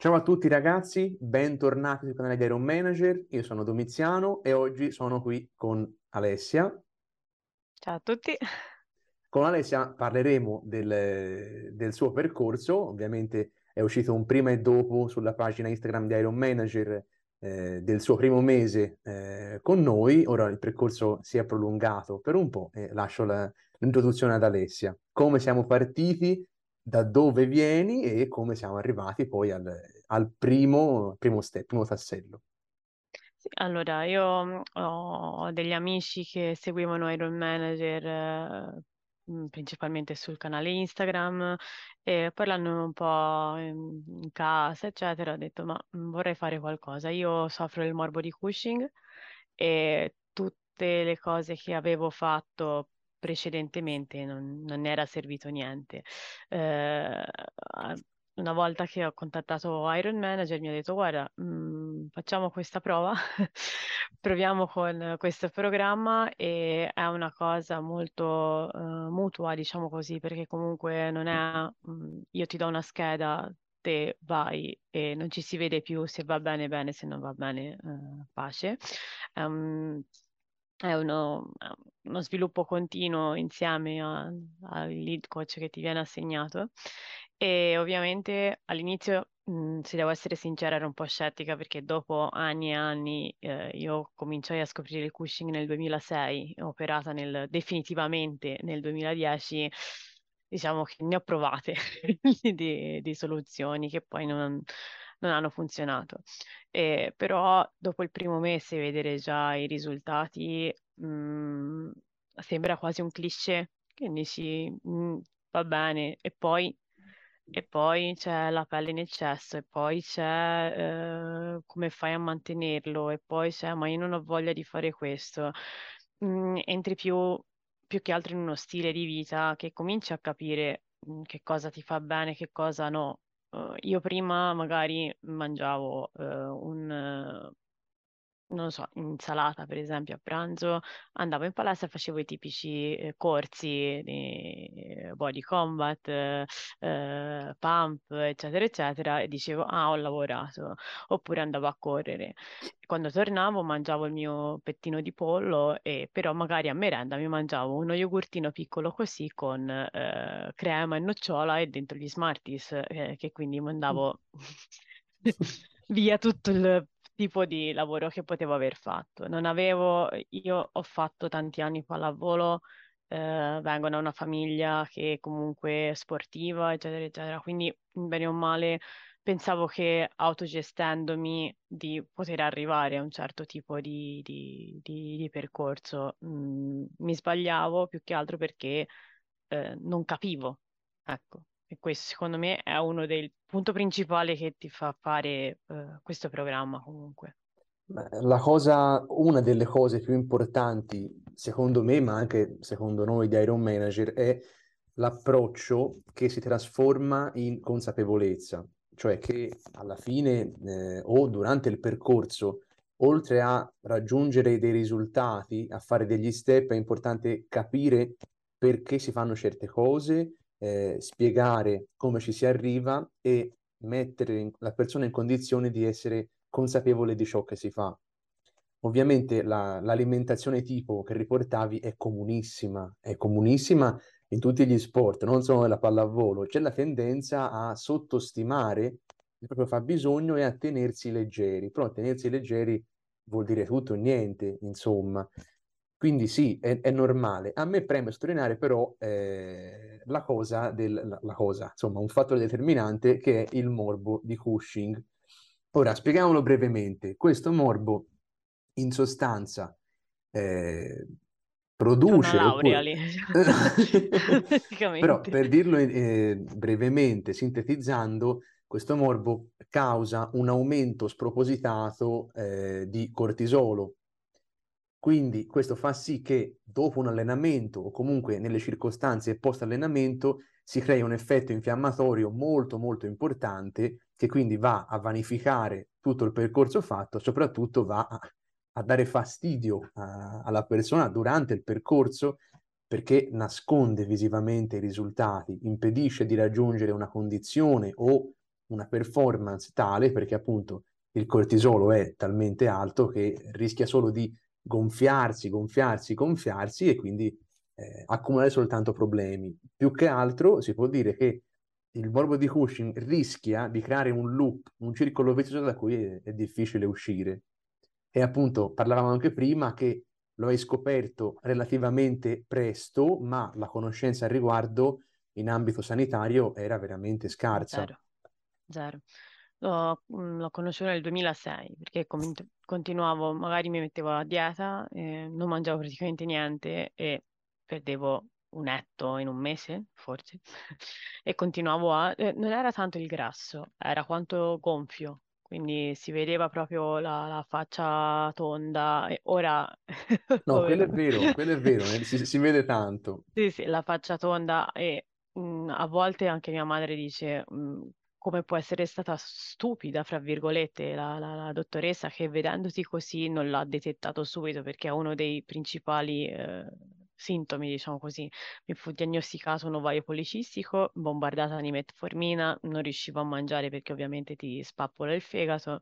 Ciao a tutti ragazzi, bentornati sul canale di Iron Manager. Io sono Domiziano e oggi sono qui con Alessia. Ciao a tutti. Con Alessia parleremo del suo percorso. Ovviamente è uscito un prima e dopo sulla pagina Instagram di Iron Manager del suo primo mese con noi. Ora il percorso si è prolungato per un po' e lascio l'introduzione ad Alessia. Come siamo partiti, da dove vieni e come siamo arrivati poi al primo step, primo tassello. Sì, allora, io ho degli amici che seguivano Iron Manager principalmente sul canale Instagram e parlando un po' in casa, eccetera, ho detto ma vorrei fare qualcosa. Io soffro del morbo di Cushing e tutte le cose che avevo fatto precedentemente non ne era servito niente. Eh, una volta che ho contattato Iron Manager mi ha detto guarda, facciamo questa prova, proviamo con questo programma e è una cosa molto mutua, diciamo così, perché comunque non è io ti do una scheda, te vai e non ci si vede più se va bene bene, se non va bene pace. È un- è uno sviluppo continuo insieme al lead coach che ti viene assegnato. E ovviamente all'inizio, se devo essere sincera, ero un po' scettica perché dopo anni e anni io cominciai a scoprire il Cushing nel 2006, ho operata definitivamente nel 2010. Diciamo che ne ho provate di soluzioni che poi non hanno funzionato. Però dopo il primo mese vedere già i risultati sembra quasi un cliché, che dici va bene, e poi c'è la pelle in eccesso, e poi c'è come fai a mantenerlo, e poi c'è ma io non ho voglia di fare questo. Entri più che altro in uno stile di vita che cominci a capire che cosa ti fa bene, che cosa no. Io prima magari mangiavo non lo so, insalata per esempio a pranzo, andavo in palestra e facevo i tipici corsi di body combat, pump, eccetera, eccetera, e dicevo, ah, ho lavorato, oppure andavo a correre. Quando tornavo mangiavo il mio pettino di pollo, e però magari a merenda mi mangiavo uno yogurtino piccolo così con crema e nocciola e dentro gli Smarties, che quindi mandavo via tutto il tipo di lavoro che potevo aver fatto. Non avevo, io ho fatto tanti anni pallavolo, vengo da una famiglia che comunque è sportiva, eccetera, eccetera, quindi bene o male pensavo che autogestendomi di poter arrivare a un certo tipo di percorso. Mi sbagliavo più che altro perché non capivo, ecco. E questo secondo me è uno dei punti principali che ti fa fare questo programma comunque. Una delle cose più importanti, secondo me, ma anche secondo noi di Iron Manager, è l'approccio che si trasforma in consapevolezza, cioè che alla fine o durante il percorso, oltre a raggiungere dei risultati, a fare degli step, è importante capire perché si fanno certe cose, spiegare come ci si arriva e mettere la persona in condizione di essere consapevole di ciò che si fa. Ovviamente l'alimentazione tipo che riportavi è comunissima in tutti gli sport, non solo nella pallavolo. C'è la tendenza a sottostimare il proprio fabbisogno e a tenersi leggeri, però tenersi leggeri vuol dire tutto o niente, insomma. Quindi sì, è normale. A me preme sottolineare però la cosa, insomma, un fattore determinante che è il morbo di Cushing. Ora, spieghiamolo brevemente. Questo morbo, in sostanza, eh, C'è una produce, laurea oppure... lì, Però praticamente. per dirlo brevemente, sintetizzando, questo morbo causa un aumento spropositato di cortisolo. Quindi questo fa sì che dopo un allenamento o comunque nelle circostanze post-allenamento si crei un effetto infiammatorio molto molto importante che quindi va a vanificare tutto il percorso fatto, soprattutto a dare fastidio alla persona durante il percorso perché nasconde visivamente i risultati, impedisce di raggiungere una condizione o una performance tale perché appunto il cortisolo è talmente alto che rischia solo di gonfiarsi, gonfiarsi, gonfiarsi e quindi accumulare soltanto problemi. Più che altro si può dire che il morbo di Cushing rischia di creare un loop, un circolo vizioso da cui è difficile uscire. E appunto parlavamo anche prima che lo hai scoperto relativamente presto, ma la conoscenza al riguardo in ambito sanitario era veramente scarsa. Zero, zero. L'ho conosciuto nel 2006 perché continuavo, magari mi mettevo a dieta, non mangiavo praticamente niente e perdevo un etto in un mese, forse, e continuavo non era tanto il grasso, era quanto gonfio, quindi si vedeva proprio la faccia tonda e ora, No, poverino. quello è vero, si vede tanto. Sì, sì, la faccia tonda e a volte anche mia madre dice come può essere stata stupida, fra virgolette, la dottoressa che vedendoti così non l'ha detettato subito perché è uno dei principali sintomi, diciamo così. Mi fu diagnosticato un ovaio policistico, bombardata di metformina, non riuscivo a mangiare perché ovviamente ti spappola il fegato.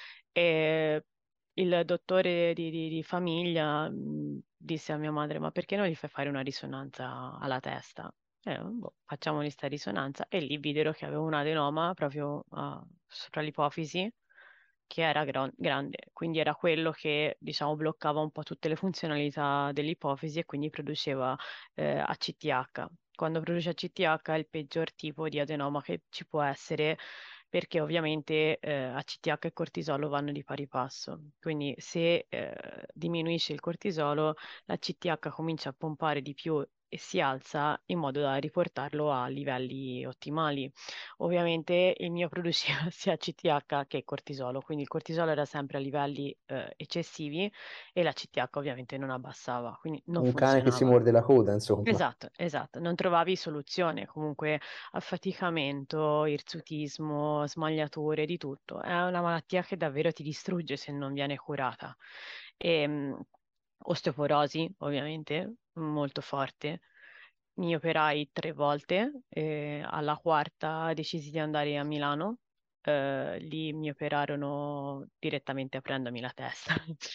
E il dottore di famiglia disse a mia madre: Ma perché non gli fai fare una risonanza alla testa? Boh, facciamo questa risonanza e lì videro che avevo un adenoma proprio sopra l'ipofisi che era grande, quindi era quello che diciamo bloccava un po' tutte le funzionalità dell'ipofisi e quindi produceva ACTH. Quando produce ACTH è il peggior tipo di adenoma che ci può essere perché ovviamente ACTH e cortisolo vanno di pari passo. Quindi se diminuisce il cortisolo, la CTH comincia a pompare di più e si alza in modo da riportarlo a livelli ottimali. Ovviamente il mio produceva sia CTH che cortisolo, quindi il cortisolo era sempre a livelli eccessivi e la CTH ovviamente non abbassava, quindi non Un cane che si funzionava. morde la coda, insomma. Esatto, esatto, non trovavi soluzione, comunque affaticamento, irsutismo, smagliature, di tutto. È una malattia che davvero ti distrugge se non viene curata. E, osteoporosi, ovviamente, molto forte. Mi operai 3 volte, alla quarta decisi di andare a Milano. Lì mi operarono direttamente aprendomi la testa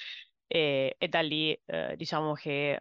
e da lì diciamo che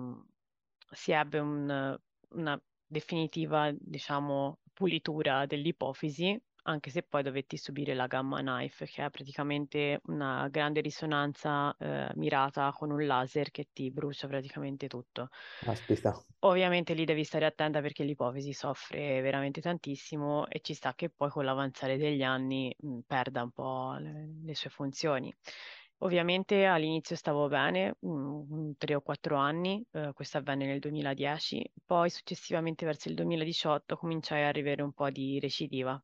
si ebbe una definitiva, diciamo, pulitura dell'ipofisi, anche se poi dovetti subire la gamma knife, che è praticamente una grande risonanza mirata con un laser che ti brucia praticamente tutto. Aspetta. Ovviamente lì devi stare attenta perché l'ipofisi soffre veramente tantissimo e ci sta che poi con l'avanzare degli anni perda un po' le sue funzioni. Ovviamente all'inizio stavo bene, 3 o 4 anni, questo avvenne nel 2010, poi successivamente verso il 2018 cominciai a avere un po' di recidiva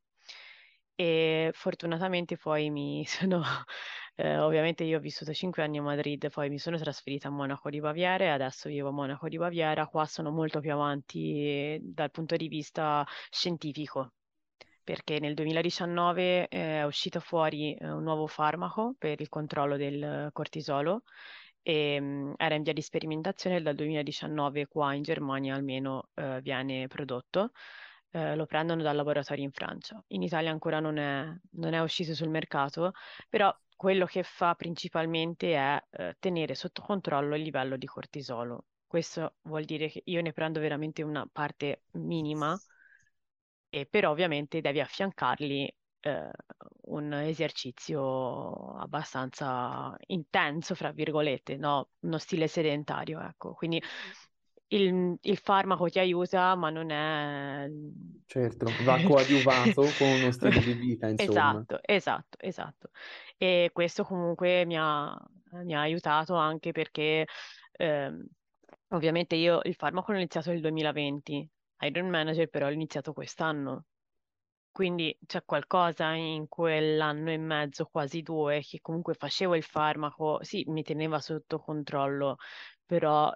e fortunatamente poi mi sono, ovviamente io ho vissuto 5 anni a Madrid, poi mi sono trasferita a Monaco di Baviera e adesso vivo a Monaco di Baviera, qua sono molto più avanti dal punto di vista scientifico perché nel 2019 è uscito fuori un nuovo farmaco per il controllo del cortisolo e era in via di sperimentazione e dal 2019 qua in Germania almeno viene prodotto. Lo prendono dal laboratorio in Francia. In Italia ancora non è uscito sul mercato, però quello che fa principalmente è tenere sotto controllo il livello di cortisolo. Questo vuol dire che io ne prendo veramente una parte minima e però ovviamente devi affiancarli eh, un esercizio abbastanza intenso, fra virgolette, no? Uno stile sedentario, ecco. Quindi il farmaco ti aiuta, ma non è... Certo, va coadiuvato con uno stile di vita, insomma. Esatto, esatto, esatto. E questo comunque mi ha aiutato anche perché ehm, ovviamente io il farmaco l'ho iniziato nel 2020, Iron Manager però l'ho iniziato quest'anno. Quindi c'è qualcosa in quell'anno e mezzo, quasi 2, che comunque facevo il farmaco, sì, mi teneva sotto controllo, però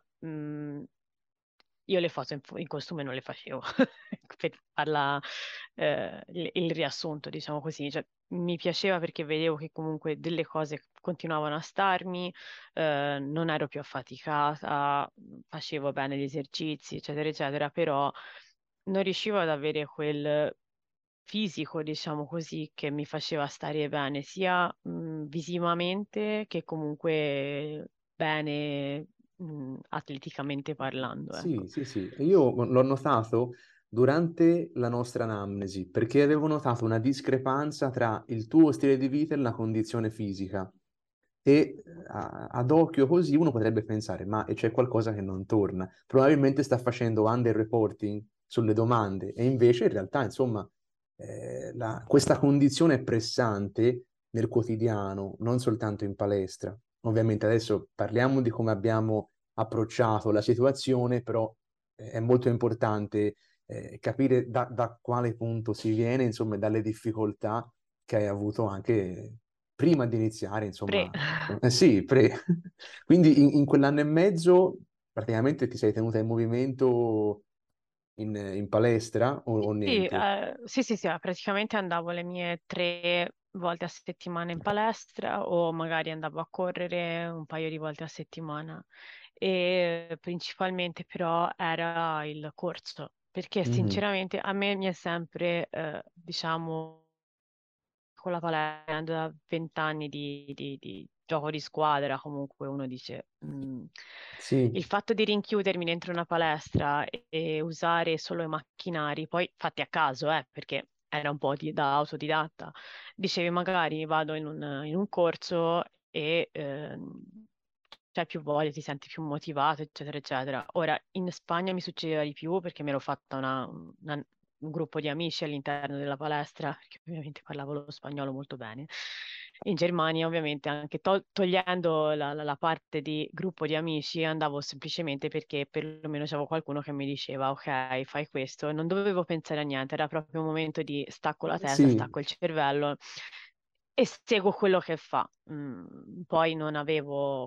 io le foto in costume non le facevo, per farla il riassunto, diciamo così. Cioè, mi piaceva perché vedevo che comunque delle cose continuavano a starmi, non ero più affaticata, facevo bene gli esercizi, eccetera, eccetera, però non riuscivo ad avere fisico, diciamo così, che mi faceva stare bene, sia visivamente che comunque bene atleticamente parlando, ecco. Sì, sì, sì. E io l'ho notato durante la nostra anamnesi, perché avevo notato una discrepanza tra il tuo stile di vita e la condizione fisica. E ad occhio così uno potrebbe pensare, ma c'è qualcosa che non torna. Probabilmente sta facendo underreporting sulle domande e invece in realtà, insomma, questa condizione pressante nel quotidiano, non soltanto in palestra. Ovviamente adesso parliamo di come abbiamo approcciato la situazione, però è molto importante capire da quale punto si viene, insomma, dalle difficoltà che hai avuto anche prima di iniziare, Pre. insomma. Sì, quindi in quell'anno e mezzo praticamente ti sei tenuta in movimento in palestra o Sì, niente? sì, praticamente andavo le mie 3 volte a settimana in palestra o magari andavo a correre un paio di volte a settimana e principalmente però era il corso, perché Mhm. sinceramente a me mi è sempre, diciamo, con la palestra da 20 anni di gioco di squadra, comunque uno dice, Sì, il fatto di rinchiudermi dentro una palestra e usare solo i macchinari, poi fatti a caso, perché era un po' da autodidatta, dicevi magari vado in un corso e c'hai più voglia, ti senti più motivato, eccetera, eccetera. Ora, in Spagna mi succedeva di più perché mi ero fatta un gruppo di amici all'interno della palestra, perché ovviamente parlavo lo spagnolo molto bene. In Germania, ovviamente, anche togliendo la parte di gruppo di amici, andavo semplicemente perché perlomeno c'avevo qualcuno che mi diceva, ok, fai questo, e non dovevo pensare a niente, era proprio un momento di stacco la testa, sì, stacco il cervello e seguo quello che fa. Poi non avevo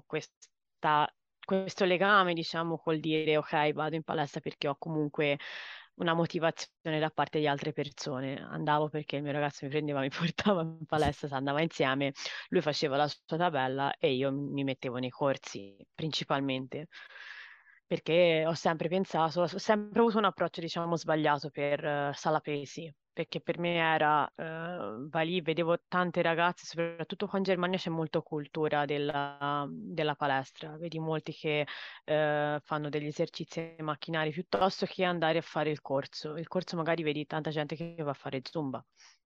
questo legame, diciamo, col dire ok, vado in palestra perché ho comunque una motivazione da parte di altre persone. Andavo perché il mio ragazzo mi prendeva, mi portava in palestra, si andava insieme, lui faceva la sua tabella e io mi mettevo nei corsi principalmente. Perché ho sempre pensato, ho sempre avuto un approccio, diciamo, sbagliato per sala pesi, perché per me era, vai lì, vedevo tante ragazze, soprattutto qua in Germania c'è molta cultura della palestra, vedi molti che fanno degli esercizi ai macchinari piuttosto che andare a fare il corso. Il corso magari vedi tanta gente che va a fare Zumba.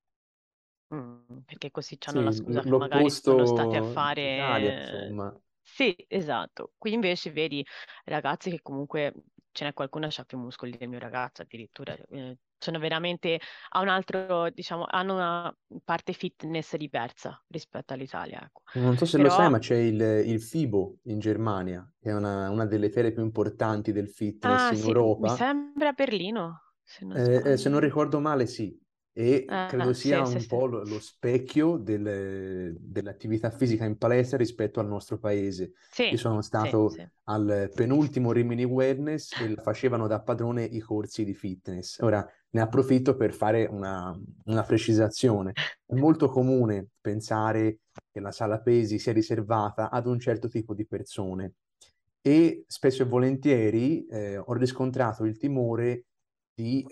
Perché così hanno la sì, scusa che magari sono stati a l'opposto d'Italia, fare. insomma. Sì, esatto. Qui invece vedi ragazzi che comunque ce n'è qualcuno che ha più muscoli del mio ragazzo, addirittura. Sono veramente a un altro, diciamo, hanno una parte fitness diversa rispetto all'Italia, ecco. Non so se lo sai, Però, ma c'è il FIBO in Germania, che è una delle fiere più importanti del fitness ah in sì, mi Europa. sembra a Berlino, se non Se non sbaglio. ricordo male, sì, e credo sia Sì, sì, un sì. po' lo specchio dell'attività fisica in palestra rispetto al nostro paese. Io Sì, sono sì, stato sì. al penultimo Rimini Wellness e facevano da padrone i corsi di fitness. Ora ne approfitto per fare una precisazione. È molto comune pensare che la sala pesi sia riservata ad un certo tipo di persone e spesso e volentieri ho riscontrato il timore di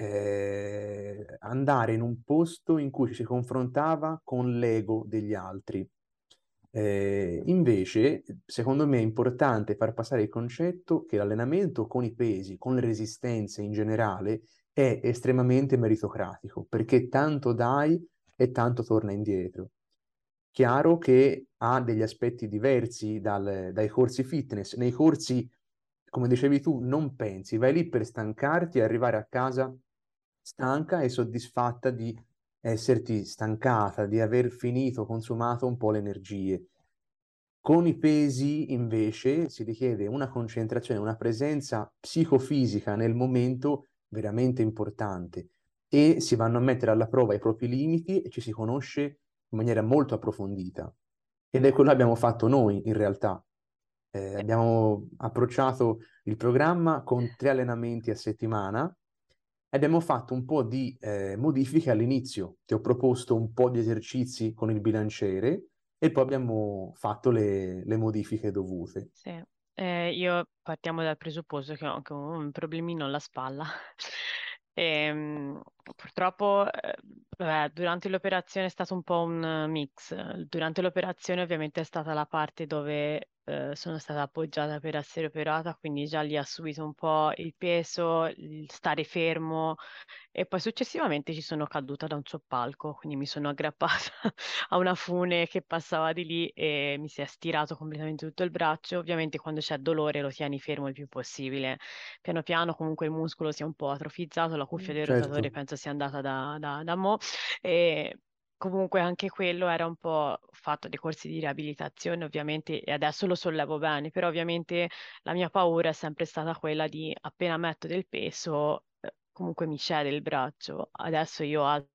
andare in un posto in cui ci si confrontava con l'ego degli altri. Invece, secondo me è importante far passare il concetto che l'allenamento con i pesi, con le resistenze in generale, è estremamente meritocratico, perché tanto dai e tanto torna indietro. Chiaro che ha degli aspetti diversi dai corsi fitness. Nei corsi, come dicevi tu, non pensi, vai lì per stancarti e arrivare a casa stanca e soddisfatta di esserti stancata, di aver finito, consumato un po' le energie. Con i pesi, invece, si richiede una concentrazione, una presenza psicofisica nel momento veramente importante e si vanno a mettere alla prova i propri limiti e ci si conosce in maniera molto approfondita. Ed è quello che abbiamo fatto noi, in realtà. Abbiamo approcciato il programma con 3 allenamenti a settimana e abbiamo fatto un po' di modifiche all'inizio. Ti ho proposto un po' di esercizi con il bilanciere e poi abbiamo fatto le modifiche dovute. Sì. Io partiamo dal presupposto che ho anche un problemino alla spalla E, purtroppo, vabbè, durante l'operazione è stato un po' un mix. Durante l'operazione ovviamente è stata la parte dove sono stata appoggiata per essere operata, quindi già lì ha subito un po' il peso, il stare fermo e poi successivamente ci sono caduta da un soppalco, quindi mi sono aggrappata a una fune che passava di lì e mi si è stirato completamente tutto il braccio. Ovviamente quando c'è dolore lo tieni fermo il più possibile. Piano piano comunque il muscolo si è un po' atrofizzato, la cuffia del rotatore Certo. penso sia andata da mo'. E comunque anche quello era un po' fatto dei corsi di riabilitazione ovviamente e adesso lo sollevo bene, però ovviamente la mia paura è sempre stata quella di appena metto del peso comunque mi cede il braccio. Adesso io alzo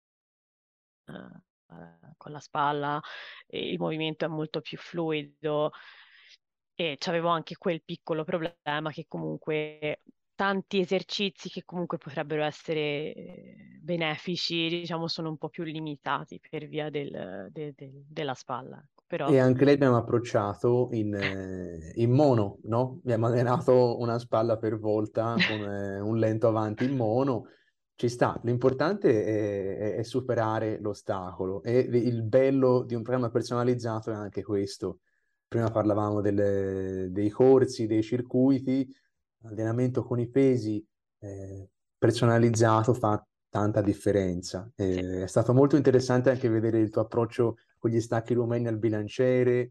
con la spalla, e il movimento è molto più fluido e c'avevo anche quel piccolo problema che comunque tanti esercizi che comunque potrebbero essere benefici, diciamo, sono un po' più limitati per via della spalla. Ecco. Però E anche lei abbiamo approcciato in mono, no? Abbiamo allenato una spalla per volta con un lento avanti in mono. Ci sta, l'importante è superare l'ostacolo e il bello di un programma personalizzato è anche questo. Prima parlavamo dei corsi, dei circuiti, allenamento con i pesi personalizzato fa tanta differenza. sì, È stato molto interessante anche vedere il tuo approccio con gli stacchi rumeni al bilanciere,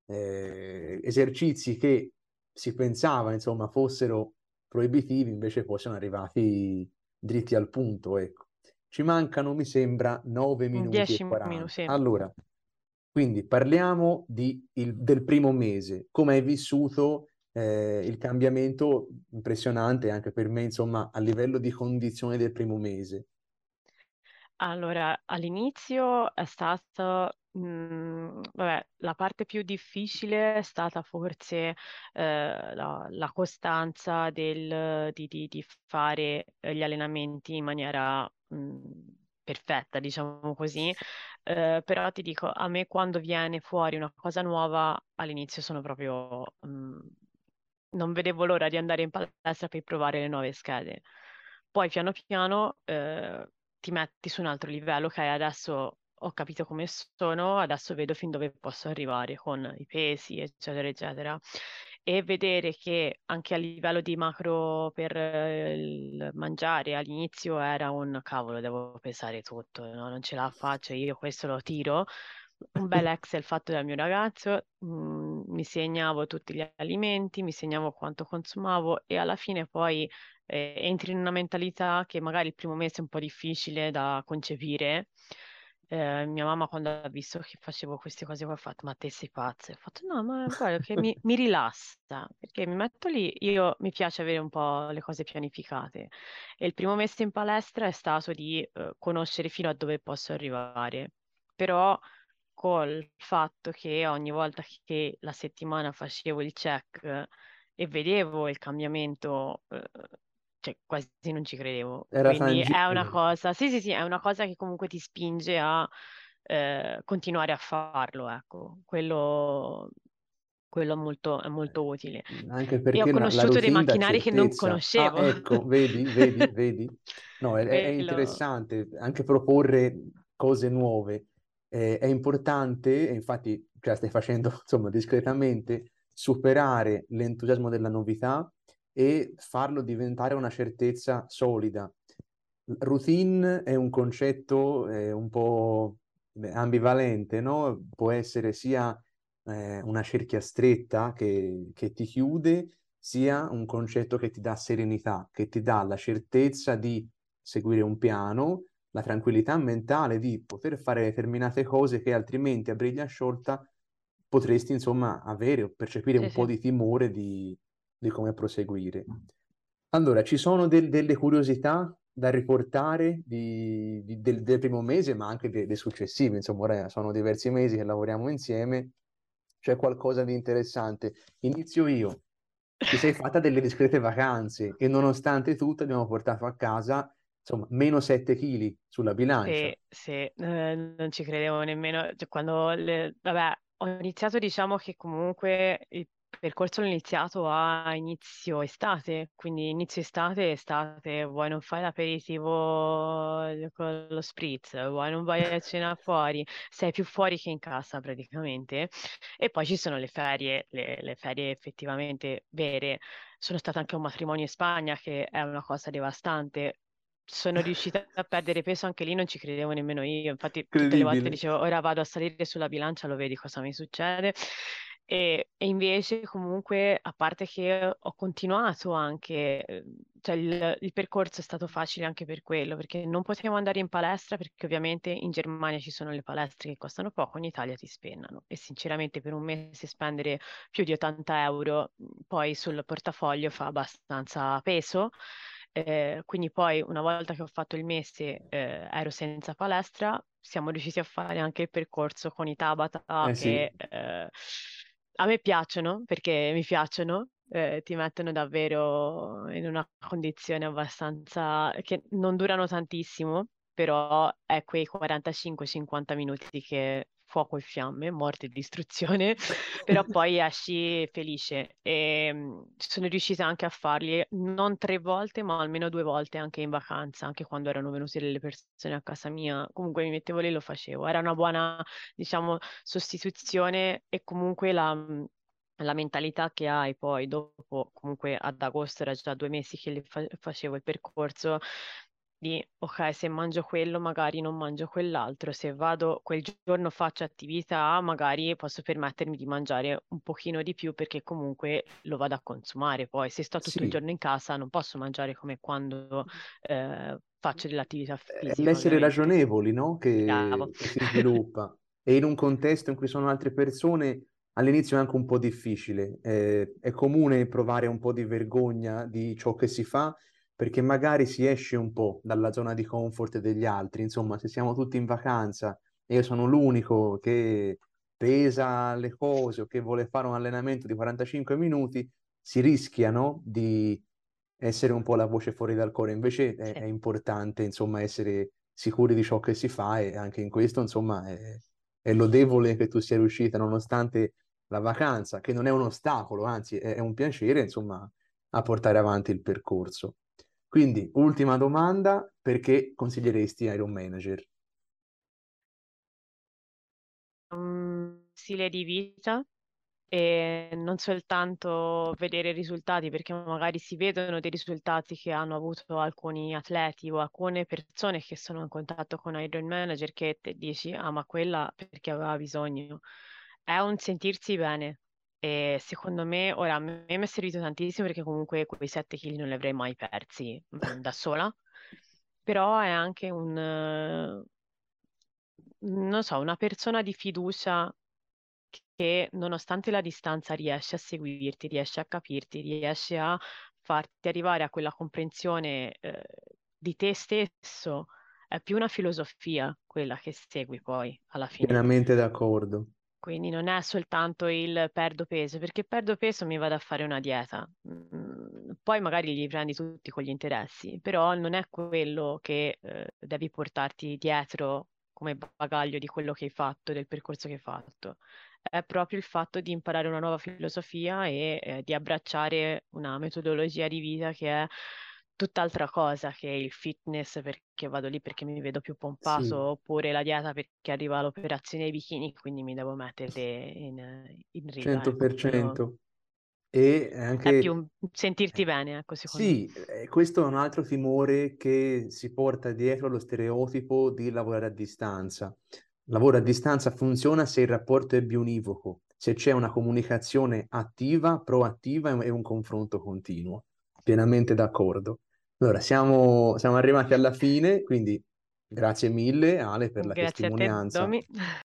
esercizi che si pensava, insomma, fossero proibitivi, invece poi sono arrivati dritti al punto, ecco. Ci mancano, mi sembra, 9 minuti e 10 minuti, 40. sì. Allora, quindi parliamo del primo mese. Come hai vissuto il cambiamento impressionante anche per me, insomma, a livello di condizione del primo mese? Allora, all'inizio è stato, vabbè, la parte più difficile è stata forse la costanza di fare gli allenamenti in maniera perfetta, diciamo così. Però ti dico, a me quando viene fuori una cosa nuova, all'inizio sono proprio, non vedevo l'ora di andare in palestra per provare le nuove schede. Poi piano piano ti metti su un altro livello, ok, adesso ho capito come sono, adesso vedo fin dove posso arrivare con i pesi, eccetera, eccetera. E vedere che anche a livello di macro per il mangiare all'inizio era un cavolo, devo pesare tutto, no? Non ce la faccio, io questo lo tiro. Un bel Excel fatto dal mio ragazzo, mi segnavo tutti gli alimenti, mi segnavo quanto consumavo e alla fine poi entri in una mentalità che magari il primo mese è un po' difficile da concepire. Mia mamma quando ha visto che facevo queste cose qua ha fatto, ma te sei pazza? Ho fatto no, ma guarda che mi rilassa, perché mi metto lì, io mi piace avere un po' le cose pianificate e il primo mese in palestra è stato di conoscere fino a dove posso arrivare, però col fatto che ogni volta che la settimana facevo il check e vedevo il cambiamento, cioè quasi non ci credevo. Era Quindi è una tangibile. cosa, sì, sì, sì, è una cosa che comunque ti spinge a continuare a farlo, ecco, quello è molto utile. Anche E ho perché la conosciuto dei routine dà macchinari che non certezza. Ah, conoscevo. ecco, vedi, vedi, vedi. No, è Quello, interessante anche proporre cose nuove. È importante, e infatti, cioè, stai facendo, insomma, discretamente, superare l'entusiasmo della novità e farlo diventare una certezza solida. Routine è un concetto un po' ambivalente, no? Può essere sia una cerchia stretta che ti chiude, sia un concetto che ti dà serenità, che ti dà la certezza di seguire un piano, la tranquillità mentale di poter fare determinate cose che altrimenti a briglia sciolta potresti, insomma, avere o percepire sì, un po' sì. di timore di come proseguire. Allora, ci sono delle curiosità da riportare del primo mese, ma anche dei successivi. Insomma, ora sono diversi mesi che lavoriamo insieme. C'è qualcosa di interessante. Inizio io. Ti sei fatta delle discrete vacanze e nonostante tutto abbiamo portato a casa, insomma, meno 7 kg sulla bilancia. Sì, sì, non ci credevo nemmeno. Cioè, vabbè, ho iniziato, diciamo che comunque il percorso l'ho iniziato a inizio estate, quindi inizio estate, vuoi non fai l'aperitivo con lo spritz, vuoi non vai a cena fuori, sei più fuori che in casa praticamente. E poi ci sono le ferie, le ferie effettivamente vere. Sono stata anche a un matrimonio in Spagna che è una cosa devastante. Sono riuscita a perdere peso anche lì, non ci credevo nemmeno io. Infatti, tutte le volte Incredibile. dicevo, ora vado a salire sulla bilancia, lo vedi cosa mi succede. E invece, comunque, a parte che ho continuato anche, cioè il percorso è stato facile anche per quello, perché non potevo andare in palestra, perché ovviamente in Germania ci sono le palestre che costano poco, in Italia ti spennano. E sinceramente per un mese spendere più di 80 euro poi sul portafoglio fa abbastanza peso. Quindi poi una volta che ho fatto il mese ero senza palestra, siamo riusciti a fare anche il percorso con i Tabata Eh sì, che a me piacciono perché mi piacciono, ti mettono davvero in una condizione abbastanza che non durano tantissimo, però è quei 45-50 minuti che fuoco e fiamme, morte e distruzione, però poi esci felice e sono riuscita anche a farli non 3 volte, ma almeno 2 volte anche in vacanza, anche quando erano venute delle persone a casa mia. Comunque mi mettevo lì e lo facevo. Era una buona, diciamo, sostituzione e comunque la mentalità che hai poi dopo, comunque ad agosto era già 2 mesi che facevo il percorso di ok, se mangio quello, magari non mangio quell'altro, se vado quel giorno faccio attività, magari posso permettermi di mangiare un pochino di più perché comunque lo vado a consumare. Poi se sto tutto il sì. giorno in casa non posso mangiare come quando faccio dell'attività È fisica, l'essere ovviamente. ragionevoli, no? Bravo. Che si sviluppa. E in un contesto in cui sono altre persone, all'inizio è anche un po' difficile. È comune provare un po' di vergogna di ciò che si fa, perché magari si esce un po' dalla zona di comfort degli altri. Insomma, se siamo tutti in vacanza e io sono l'unico che pesa le cose o che vuole fare un allenamento di 45 minuti, si rischiano di essere un po' la voce fuori dal coro. Invece è Sì. importante, insomma, essere sicuri di ciò che si fa e anche in questo, insomma, è lodevole che tu sia riuscita, nonostante la vacanza, che non è un ostacolo, anzi è un piacere, insomma, a portare avanti il percorso. Quindi, ultima domanda, perché consiglieresti Iron Manager? Un stile di vita e non soltanto vedere i risultati, perché magari si vedono dei risultati che hanno avuto alcuni atleti o alcune persone che sono in contatto con Iron Manager che te dici, ah, ma quella perché aveva bisogno. È un sentirsi bene. E secondo me, ora a me mi è servito tantissimo perché comunque quei 7 kg non li avrei mai persi da sola, però è anche non so, una persona di fiducia che nonostante la distanza riesce a seguirti, riesce a capirti, riesce a farti arrivare a quella comprensione di te stesso. È più una filosofia quella che segui poi alla fine. Pienamente d'accordo. Quindi non è soltanto il perdo peso, perché perdo peso mi vado a fare una dieta. Poi magari li prendi tutti con gli interessi, però non è quello che devi portarti dietro come bagaglio di quello che hai fatto, del percorso che hai fatto. È proprio il fatto di imparare una nuova filosofia e di abbracciare una metodologia di vita che è tutt'altra cosa che il fitness perché vado lì perché mi vedo più pompato, Sì, oppure la dieta perché arriva l'operazione ai bikini, quindi mi devo mettere in riga, ecco. Quello 100%. E è più anche, sentirti bene, ecco, secondo me. sì, questo è un altro timore che si porta dietro lo stereotipo di lavorare a distanza. Il lavoro a distanza funziona se il rapporto è bionivoco, se c'è una comunicazione attiva, proattiva e un confronto continuo. Pienamente d'accordo. Allora, siamo arrivati alla fine, quindi grazie mille Ale per la Grazie a te, testimonianza. Domi.